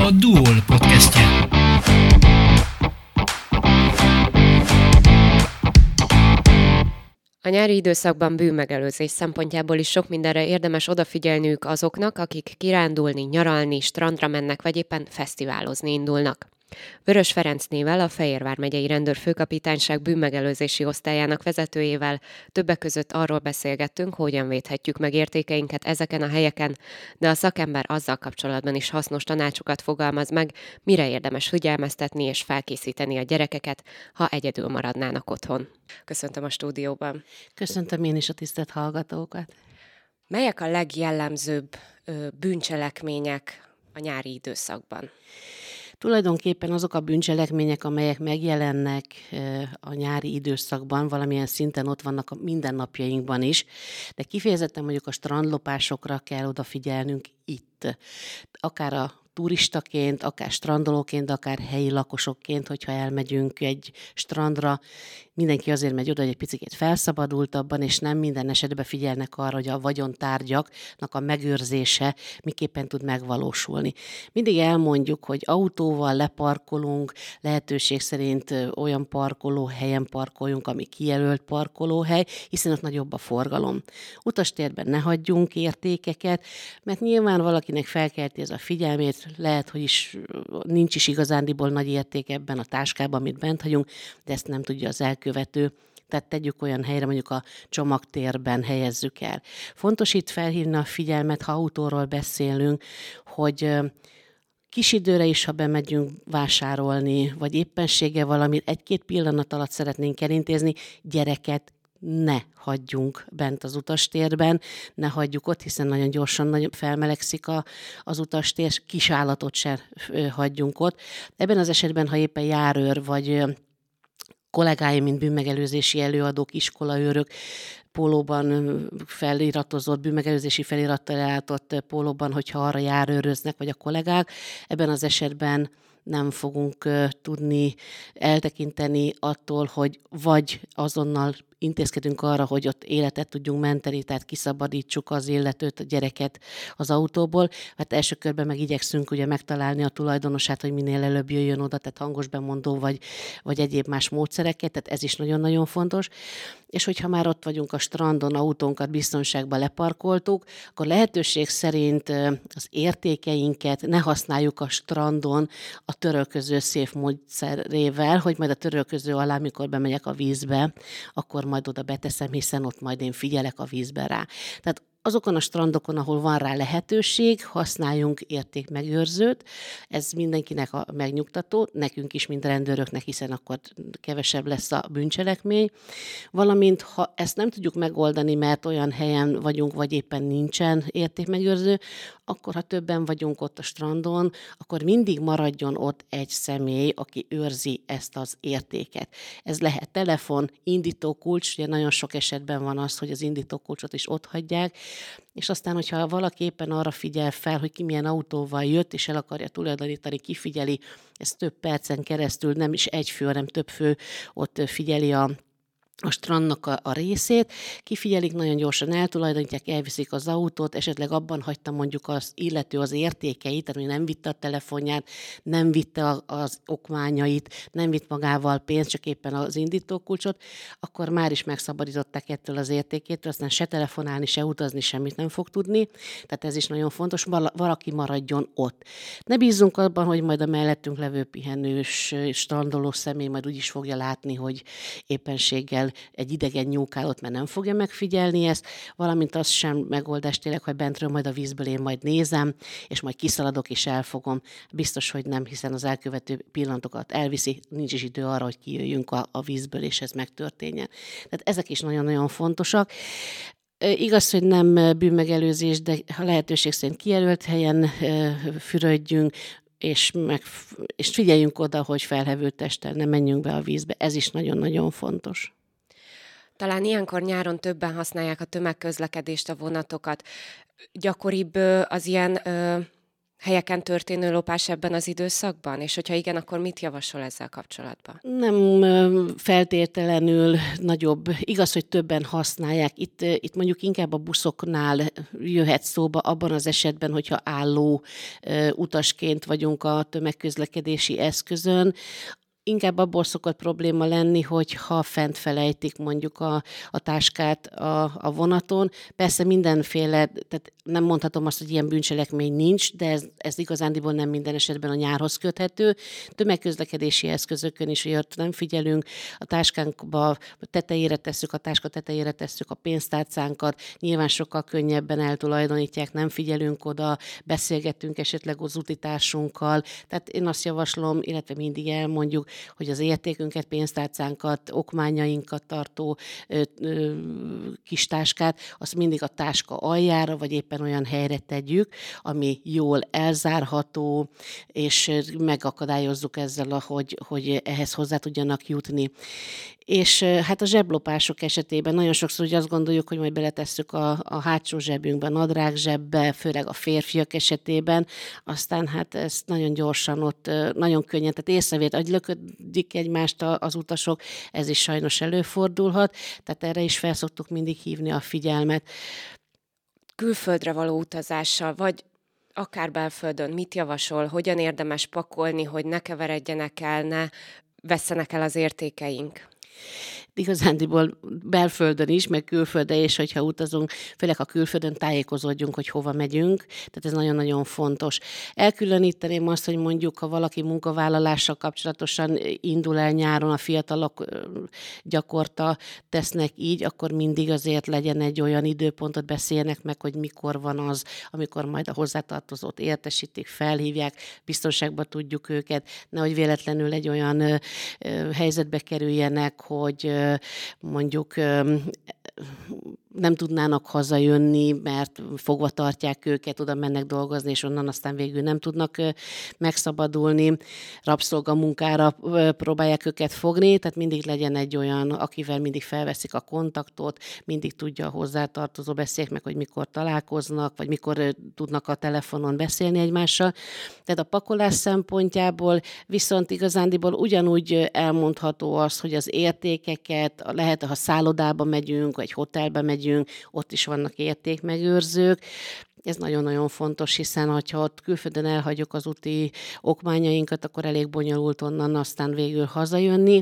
a Duol podcastje. A nyári időszakban bűnmegelőzés szempontjából is sok mindenre érdemes odafigyelniük azoknak, akik kirándulni, nyaralni, strandra mennek, vagy éppen fesztiválozni indulnak. Vörös Ferenc nével, a Fejérvár megyei rendőrfőkapitányság bűnmegelőzési osztályának vezetőjével többek között arról beszélgettünk, hogyan védhetjük meg értékeinket ezeken a helyeken, de a szakember azzal kapcsolatban is hasznos tanácsokat fogalmaz meg, mire érdemes figyelmeztetni és felkészíteni a gyerekeket, ha egyedül maradnának otthon. Köszöntöm a stúdióban. Köszöntöm én is a tisztelt hallgatókat. Melyek a legjellemzőbb bűncselekmények a nyári időszakban? Tulajdonképpen azok a bűncselekmények, amelyek megjelennek a nyári időszakban, valamilyen szinten ott vannak a mindennapjainkban is, de kifejezetten mondjuk a strandlopásokra kell odafigyelnünk itt. Akár a turistaként, akár strandolóként, akár helyi lakosokként, hogyha elmegyünk egy strandra, mindenki azért megy oda, hogy egy picit felszabadultabban, és nem minden esetben figyelnek arra, hogy a vagyontárgyaknak a megőrzése miképpen tud megvalósulni. Mindig elmondjuk, hogy autóval leparkolunk, lehetőség szerint olyan parkolóhelyen parkoljunk, ami kijelölt parkolóhely, hiszen ott nagyobb a forgalom. Utastérben ne hagyjunk értékeket, mert nyilván valakinek felkelti ez a figyelmét, lehet, hogy is nincs is igazándiból nagy érték ebben a táskában, amit bent hagyunk, de ezt nem tudja az elkövető. Tehát tegyük olyan helyre, mondjuk a csomagtérben helyezzük el. Fontos itt felhívni a figyelmet, ha autóról beszélünk, hogy kis időre is, ha bemegyünk vásárolni, vagy éppenséggel valamit egy-két pillanat alatt szeretnénk elintézni, gyereket ne hagyjunk bent az utastérben, ne hagyjuk ott, hiszen nagyon gyorsan felmelegszik az utastér, kis állatot se hagyjunk ott. Ebben az esetben, ha éppen járőr, vagy kollégáim, mint bűnmegelőzési előadók, iskolaőrök, pólóban feliratozott, bűnmegelőzési felirattal ellátott pólóban, hogyha arra járőröznek, vagy a kollégák, ebben az esetben nem fogunk tudni eltekinteni attól, hogy vagy azonnal intézkedünk arra, hogy ott életet tudjunk menteni, tehát kiszabadítsuk az illetőt, a gyereket az autóból. Hát első körben meg igyekszünk ugye megtalálni a tulajdonosát, hogy minél előbb jöjjön oda, tehát hangos bemondó vagy egyéb más módszerekkel, tehát ez is nagyon-nagyon fontos. És hogyha már ott vagyunk a strandon, autónkat biztonságban leparkoltuk, akkor lehetőség szerint az értékeinket ne használjuk a strandon a törölköző széf módszerével, hogy majd a törölköző alá, mikor bemegyek a vízbe, akkor majd oda beteszem, hiszen ott majd én figyelek a vízbe rá. Tehát azokon a strandokon, ahol van rá lehetőség, használjunk értékmegőrzőt. Ez mindenkinek a megnyugtató, nekünk is, mint rendőröknek, hiszen akkor kevesebb lesz a bűncselekmény. Valamint, ha ezt nem tudjuk megoldani, mert olyan helyen vagyunk, vagy éppen nincsen értékmegőrző, akkor ha többen vagyunk ott a strandon, akkor mindig maradjon ott egy személy, aki őrzi ezt az értéket. Ez lehet telefon, indítókulcs, ugye nagyon sok esetben van az, hogy az indítókulcsot is ott hagyják, és aztán, hogyha valaki éppen arra figyel fel, hogy ki milyen autóval jött, és el akarja tulajdonítani, kifigyeli, ez több percen keresztül, nem is egy fő, hanem több fő ott figyeli a strandnak a részét, kifigyelik, nagyon gyorsan eltulajdonítják, elviszik az autót, esetleg abban hagyta mondjuk az illető az értékeit, tehát hogy nem vitte a telefonját, nem vitte az okmányait, nem vitt magával pénzt, csak éppen az indítókulcsot, akkor már is megszabadították ettől az értékétől, aztán se telefonálni, se utazni, semmit nem fog tudni, tehát ez is nagyon fontos, valaki maradjon ott. Ne bízzunk abban, hogy majd a mellettünk levő pihenős, strandoló személy majd úgy is fogja látni, hogy éppenséggel egy idegen nyúkálott, mert nem fogja megfigyelni ezt, valamint az sem megoldás tényleg, hogy bentről majd a vízből én majd nézem, és majd kiszaladok és elfogom. Biztos, hogy nem, hiszen az elkövető pillanatokat elviszi, nincs is idő arra, hogy kijöjjünk a vízből, és ez megtörténjen. Tehát ezek is nagyon-nagyon fontosak. Igaz, hogy nem bűnmegelőzés, de ha lehetőség szerint kijelölt helyen fürödjünk, és figyeljünk oda, hogy felhevült testtel ne menjünk be a vízbe. Ez is nagyon-nagyon fontos. Talán ilyenkor nyáron többen használják a tömegközlekedést, a vonatokat. Gyakoribb az ilyen helyeken történő lopás ebben az időszakban? És hogyha igen, akkor mit javasol ezzel kapcsolatban? Nem feltétlenül nagyobb. Igaz, hogy többen használják. Itt mondjuk inkább a buszoknál jöhet szóba abban az esetben, hogyha álló utasként vagyunk a tömegközlekedési eszközön. Inkább abból szokott probléma lenni, hogyha fent felejtik mondjuk a táskát a vonaton. Persze mindenféle, tehát nem mondhatom azt, hogy ilyen bűncselekmény nincs, de ez igazándiból nem minden esetben a nyárhoz köthető. Tömegközlekedési eszközökön is olyat nem figyelünk, a táskánkba a táska tetejére tesszük a pénztárcánkat, nyilván sokkal könnyebben eltulajdonítják, nem figyelünk oda, beszélgetünk esetleg az utitársunkkal. Tehát én azt javaslom, illetve mindig elmondjuk, hogy az értékünket, pénztárcánkat, okmányainkat tartó kis táskát, azt mindig a táska aljára, vagy éppen olyan helyre tegyük, ami jól elzárható, és megakadályozzuk ezzel, hogy ehhez hozzá tudjanak jutni. És hát a zseblopások esetében nagyon sokszor ugye azt gondoljuk, hogy majd beletesszük a hátsó zsebünkbe, a nadrág zsebbe, főleg a férfiak esetében, aztán hát ezt nagyon gyorsan ott, nagyon könnyen, tehát észrevét, hogy löködik egymást az utasok, ez is sajnos előfordulhat, tehát erre is fel szoktuk mindig hívni a figyelmet. Külföldre való utazással, vagy akár belföldön mit javasol, hogyan érdemes pakolni, hogy ne keveredjenek el, ne vesszenek el az értékeink? Igazándiból belföldön is, meg külföldön is, hogyha utazunk, főleg ha külföldön tájékozódjunk, hogy hova megyünk, tehát ez nagyon-nagyon fontos. Elkülöníteném azt, hogy mondjuk, ha valaki munkavállalással kapcsolatosan indul el nyáron, a fiatalok gyakorta tesznek így, akkor mindig azért legyen egy olyan időpontot, beszéljenek meg, hogy mikor van az, amikor majd a hozzátartozót értesítik, felhívják, biztonságba tudjuk őket, nehogy véletlenül egy olyan helyzetbe kerüljenek, hogy mondjuk nem tudnának hazajönni, mert fogva tartják őket, oda mennek dolgozni, és onnan aztán végül nem tudnak megszabadulni. Rabszolgamunkára próbálják őket fogni, tehát mindig legyen egy olyan, akivel mindig felveszik a kontaktot, mindig tudja a hozzátartozó, beszéljék meg, hogy mikor találkoznak, vagy mikor tudnak a telefonon beszélni egymással. Tehát a pakolás szempontjából viszont igazándiból ugyanúgy elmondható az, hogy az értékeket, lehet, ha szállodába megyünk, vagy hotelbe megyünk, ott is vannak értékmegőrzők. Ez nagyon-nagyon fontos, hiszen ha ott külföldön elhagyjuk az úti okmányainkat, akkor elég bonyolult onnan aztán végül hazajönni.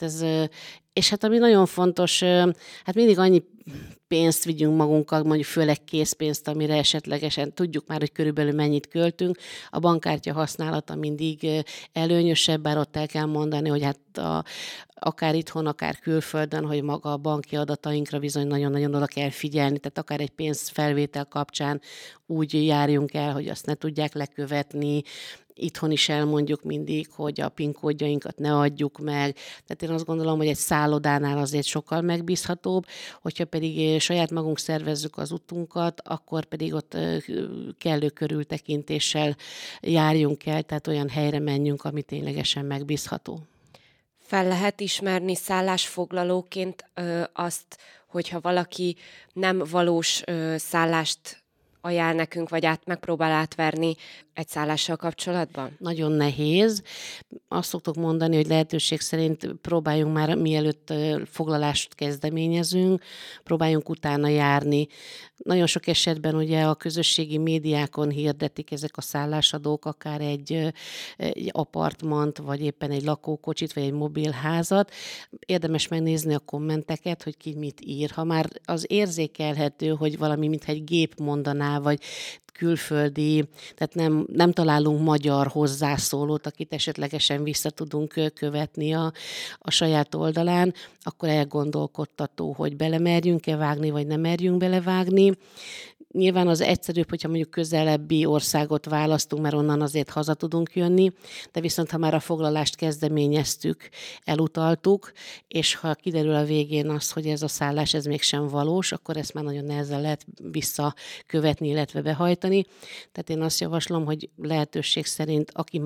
És hát ami nagyon fontos, hát mindig annyi pénzt vigyünk magunkkal, mondjuk főleg készpénzt, amire esetlegesen tudjuk már, hogy körülbelül mennyit költünk. A bankkártya használata mindig előnyösebb, bár ott el kell mondani, hogy hát akár itthon, akár külföldön, hogy maga a banki adatainkra bizony nagyon-nagyon oda kell figyelni, tehát akár egy pénzfelvétel kapcsán úgy járjunk el, hogy azt ne tudják lekövetni. Itthon is elmondjuk mindig, hogy a PIN kódjainkat ne adjuk meg. Tehát én azt gondolom, hogy egy szállodánál azért sokkal megbízhatóbb, hogyha pedig saját magunk szervezzük az utunkat, akkor pedig ott kellő körültekintéssel járjunk el, tehát olyan helyre menjünk, ami ténylegesen megbízható. Fel lehet ismerni szállásfoglalóként azt, hogyha valaki nem valós szállást ajánl nekünk, vagy megpróbál átverni egy szállással kapcsolatban? Nagyon nehéz. Azt szoktuk mondani, hogy lehetőség szerint próbáljunk már, mielőtt foglalást kezdeményezünk, próbáljunk utána járni. Nagyon sok esetben ugye a közösségi médiákon hirdetik ezek a szállásadók, akár egy apartmant, vagy éppen egy lakókocsit, vagy egy mobilházat. Érdemes megnézni a kommenteket, hogy ki mit ír. Ha már az érzékelhető, hogy valami, mintha egy gép mondaná, vagy külföldi, tehát nem találunk magyar hozzászólót, akit esetlegesen vissza tudunk követni a saját oldalán, akkor elgondolkodtató, hogy belemerjünk-e vágni, vagy nem merjünk belevágni. Nyilván az egyszerűbb, hogyha mondjuk közelebbi országot választunk, mert onnan azért haza tudunk jönni, de viszont ha már a foglalást kezdeményeztük, elutaltuk, és ha kiderül a végén az, hogy ez a szállás ez mégsem valós, akkor ezt már nagyon nehezen lehet visszakövetni, illetve behajtani. Tehát én azt javaslom, hogy lehetőség szerint, aki már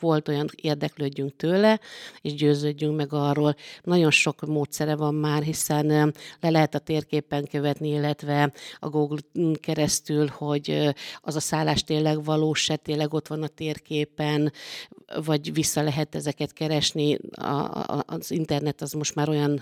volt olyan, érdeklődjünk tőle, és győződjünk meg arról. Nagyon sok módszere van már, hiszen le lehet a térképen követni, illetve a Google keresztül, hogy az a szállás tényleg valós, tényleg ott van a térképen, vagy vissza lehet ezeket keresni. Az internet az most már olyan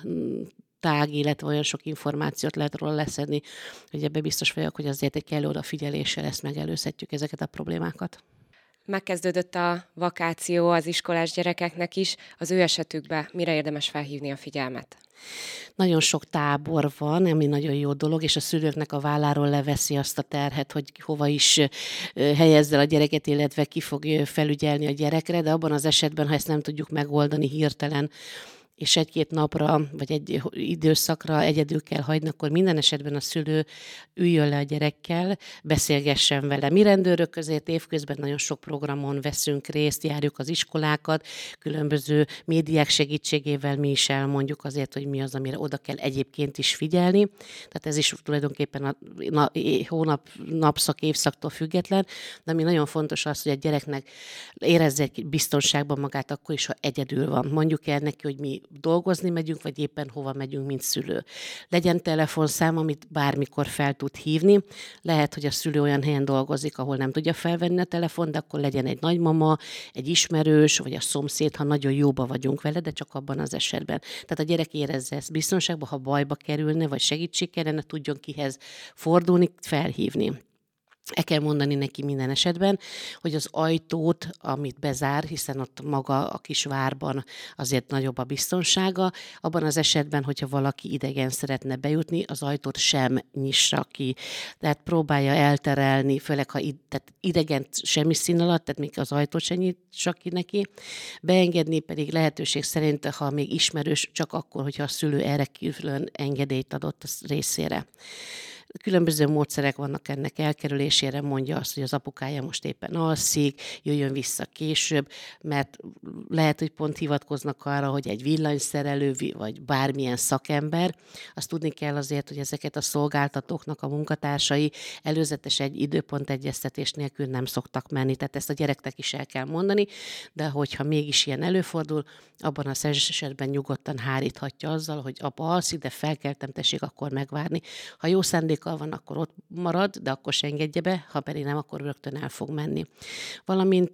tág, illetve olyan sok információt lehet róla leszedni, hogy ebbe biztos vagyok, hogy azért egy kellő odafigyeléssel ezt megelőzhetjük ezeket a problémákat. Megkezdődött a vakáció az iskolás gyerekeknek is. Az ő esetükben mire érdemes felhívni a figyelmet? Nagyon sok tábor van, ami nagyon jó dolog, és a szülőknek a válláról leveszi azt a terhet, hogy hova is helyezze a gyereket, illetve ki fog felügyelni a gyerekre, de abban az esetben, ha ezt nem tudjuk megoldani hirtelen, és egy-két napra, vagy egy időszakra egyedül kell hagyni, akkor minden esetben a szülő üljön le a gyerekkel, beszélgessen vele. Mi rendőrök között évközben nagyon sok programon veszünk részt, járjuk az iskolákat, különböző médiák segítségével mi is elmondjuk azért, hogy mi az, amire oda kell egyébként is figyelni. Tehát ez is tulajdonképpen a hónap, napszak, évszaktól független, de ami nagyon fontos az, hogy a gyereknek érezze biztonságban magát akkor is, ha egyedül van. Mondjuk el neki, hogy mi dolgozni megyünk, vagy éppen hova megyünk, mint szülő. Legyen telefonszám, amit bármikor fel tud hívni. Lehet, hogy a szülő olyan helyen dolgozik, ahol nem tudja felvenni a telefon, de akkor legyen egy nagymama, egy ismerős, vagy a szomszéd, ha nagyon jóba vagyunk vele, de csak abban az esetben. Tehát a gyerek érezze ezt biztonságban, ha bajba kerülne, vagy segítség kellene, tudjon kihez fordulni, felhívni. El kell mondani neki minden esetben, hogy az ajtót, amit bezár, hiszen ott maga a kis várban azért nagyobb a biztonsága, abban az esetben, hogyha valaki idegen szeretne bejutni, az ajtót sem nyissa ki. Tehát próbálja elterelni, főleg ha tehát idegen semmi szín alatt, tehát még az ajtót sem nyissa ki neki. Beengedni pedig lehetőség szerint, ha még ismerős, csak akkor, hogyha a szülő erre külön engedélyt adott a részére. Különböző módszerek vannak ennek elkerülésére, mondja azt, hogy az apukája most éppen alszik, jöjjön vissza később, mert lehet, hogy pont hivatkoznak arra, hogy egy villanyszerelő, vagy bármilyen szakember. Azt tudni kell azért, hogy ezeket a szolgáltatóknak a munkatársai előzetes egy időpontegyeztetés nélkül nem szoktak menni, tehát ezt a gyereknek is el kell mondani, de hogyha mégis ilyen előfordul, abban az esetben nyugodtan háríthatja azzal, hogy apa alszik, de felkeltem, tessék akkor megvárni. Ha jó szándékkal van, akkor ott marad, de akkor se engedje be, ha pedig nem, akkor rögtön el fog menni. Valamint,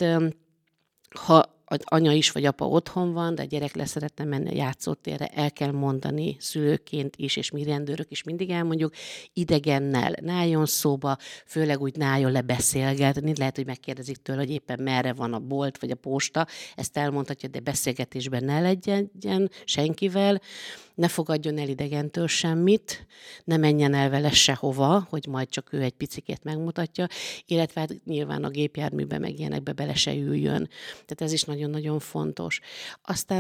ha anya is vagy apa otthon van, de a gyerek leszeretne menni a játszótérre, el kell mondani szülőként is, és mi rendőrök is mindig elmondjuk, idegennel ne álljon szóba, főleg úgy ne álljon le beszélgetni, lehet, hogy megkérdezik tőle, hogy éppen merre van a bolt vagy a posta, ezt elmondhatja, de beszélgetésben ne legyen senkivel, ne fogadjon el idegentől semmit, ne menjen el vele sehova, hogy majd csak ő egy picikét megmutatja, illetve hát nyilván a gépjárműbe meg ilyenekbe bele se üljön. Tehát ez is nagyon-nagyon fontos. Aztán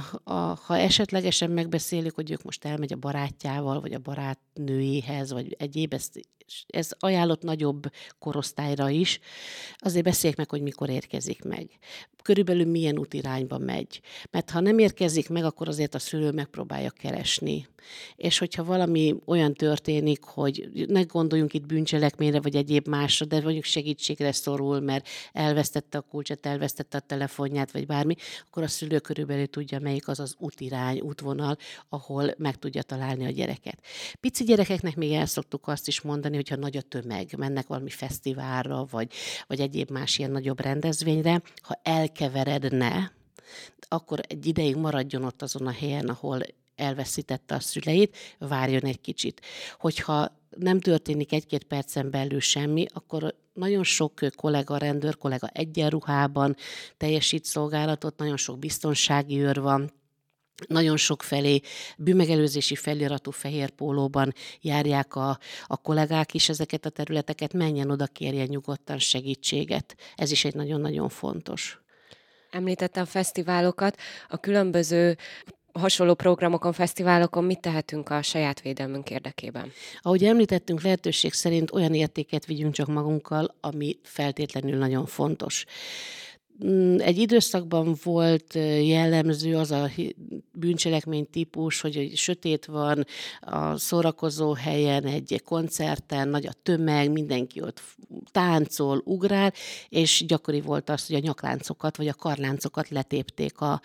ha esetlegesen megbeszélik, hogy ők most elmegy a barátjával, vagy a barátnőjéhez, vagy egyéb, ez ajánlott nagyobb korosztályra is, azért beszéljék meg, hogy mikor érkezik meg. Körülbelül milyen útirányba megy. Mert ha nem érkezik meg, akkor azért a szülő megpróbálja keresni. És hogyha valami olyan történik, hogy ne gondoljunk itt bűncselekményre, vagy egyéb másra, de mondjuk segítségre szorul, mert elvesztette a kulcsot, elvesztette a telefonját, vagy bármi, akkor a szülő körülbelül tudja, melyik az az útirány, útvonal, ahol meg tudja találni a gyereket. Pici gyerekeknek még el szoktuk azt is mondani, hogyha nagy a tömeg, mennek valami fesztiválra, vagy egyéb más ilyen nagyobb rendezvényre, ha elkeveredne, akkor egy ideig maradjon ott azon a helyen, ahol elveszítette a szüleit, várjon egy kicsit. Hogyha nem történik egy-két percen belül semmi, akkor nagyon sok rendőr kollega egyenruhában teljesít szolgálatot, nagyon sok biztonsági őr van, nagyon sok felé bűnmegelőzési feliratú fehér pólóban járják a kollégák is ezeket a területeket, menjen oda, kérjen nyugodtan segítséget. Ez is egy nagyon-nagyon fontos. Említette a fesztiválokat, a különböző hasonló programokon, fesztiválokon mit tehetünk a saját védelmünk érdekében? Ahogy említettünk, lehetőség szerint olyan értéket vigyünk csak magunkkal, ami feltétlenül nagyon fontos. Egy időszakban volt jellemző az a bűncselekmény típus, hogy sötét van, a szórakozó helyen, egy koncerten, nagy a tömeg, mindenki ott táncol, ugrál, és gyakori volt az, hogy a nyakláncokat vagy a karláncokat letépték a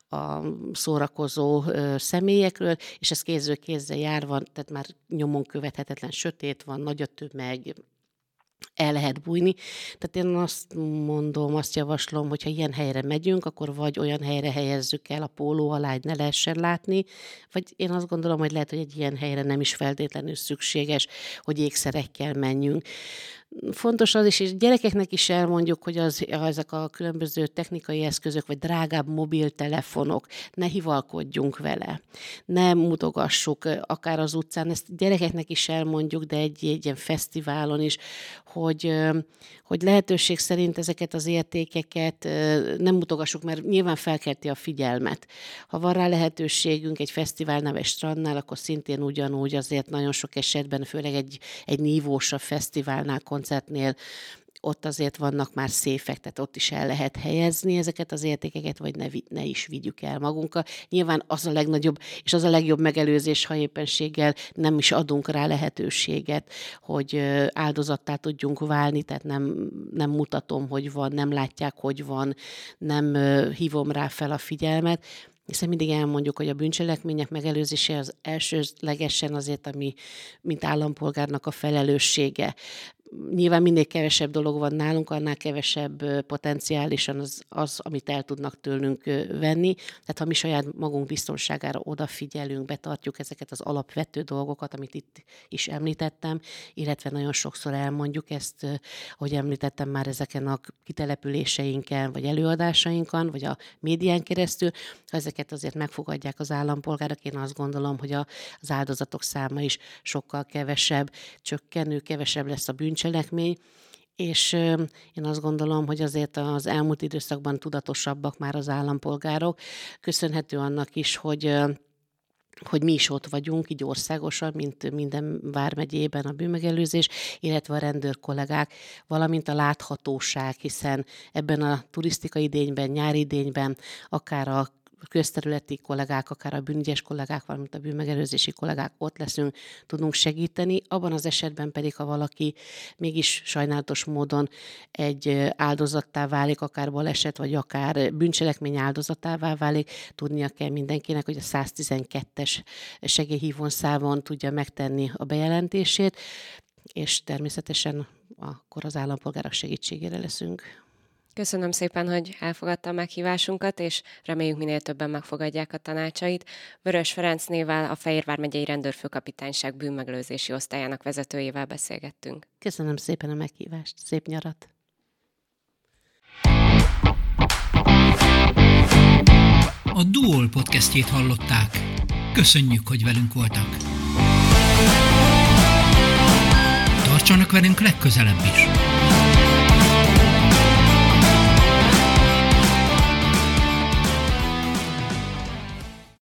szórakozó személyekről, és ez kézről kézzel járva, tehát már nyomon követhetetlen, sötét van, nagy a tömeg, el lehet bújni. Tehát én azt javaslom, hogyha ilyen helyre megyünk, akkor vagy olyan helyre helyezzük el a póló alá, hogy ne lehessen látni, vagy én azt gondolom, hogy lehet, hogy egy ilyen helyre nem is feltétlenül szükséges, hogy ékszerekkel menjünk. Fontos az is, és gyerekeknek is elmondjuk, hogy ezek a különböző technikai eszközök, vagy drágább mobiltelefonok, ne hivalkodjunk vele, ne mutogassuk akár az utcán, ezt gyerekeknek is elmondjuk, de egy ilyen fesztiválon is, hogy lehetőség szerint ezeket az értékeket nem mutogassuk, mert nyilván felkelti a figyelmet. Ha van rá lehetőségünk egy fesztiválnál vagy strandnál, akkor szintén ugyanúgy azért nagyon sok esetben, főleg egy nívósabb fesztiválnál, koncertnél, ott azért vannak már széfek, tehát ott is el lehet helyezni ezeket az értékeket, vagy ne is vigyük el magunkkal. Nyilván az a legnagyobb, és az a legjobb megelőzés, ha éppenséggel nem is adunk rá lehetőséget, hogy áldozattá tudjunk válni, tehát nem mutatom, hogy van, nem látják, hogy van, nem hívom rá fel a figyelmet, hiszen mindig elmondjuk, hogy a bűncselekmények megelőzése az elsőlegesen azért, ami mint állampolgárnak a felelőssége. Nyilván minél kevesebb dolog van nálunk, annál kevesebb potenciálisan az, amit el tudnak tőlünk venni. Tehát ha mi saját magunk biztonságára odafigyelünk, betartjuk ezeket az alapvető dolgokat, amit itt is említettem, illetve nagyon sokszor elmondjuk ezt, ahogy említettem már ezeken a kitelepüléseinken, vagy előadásainkon, vagy a médián keresztül, ha ezeket azért megfogadják az állampolgárok, én azt gondolom, hogy az áldozatok száma is sokkal kevesebb, kevesebb lesz a bűncselekmény, és én azt gondolom, hogy azért az elmúlt időszakban tudatosabbak már az állampolgárok, köszönhető annak is, hogy mi is ott vagyunk, így országosan, mint minden vármegyében a bűnmegelőzés, illetve a rendőrkollégák, valamint a láthatóság, hiszen ebben a turisztikai idényben, nyári idényben, akár a közterületi kollégák, akár a bűnügyes kollégák, valamint a bűnmegelőzési kollégák ott leszünk, tudunk segíteni. Abban az esetben pedig, ha valaki mégis sajnálatos módon egy áldozattá válik, akár baleset, vagy akár bűncselekmény áldozatává válik, tudnia kell mindenkinek, hogy a 112-es segélyhívószálon tudja megtenni a bejelentését, és természetesen akkor az állampolgárok segítségére leszünk. Köszönöm szépen, hogy elfogadta a meghívásunkat, és reméljük minél többen megfogadják a tanácsait. Vörös Ferenc névvel, a Fehérvár megyei rendőrfőkapitányság bűnmegelőzési osztályának vezetőjével beszélgettünk. Köszönöm szépen a meghívást, szép nyarat! A Duol podcastjét hallották. Köszönjük, hogy velünk voltak. Tartsanak velünk legközelebb is!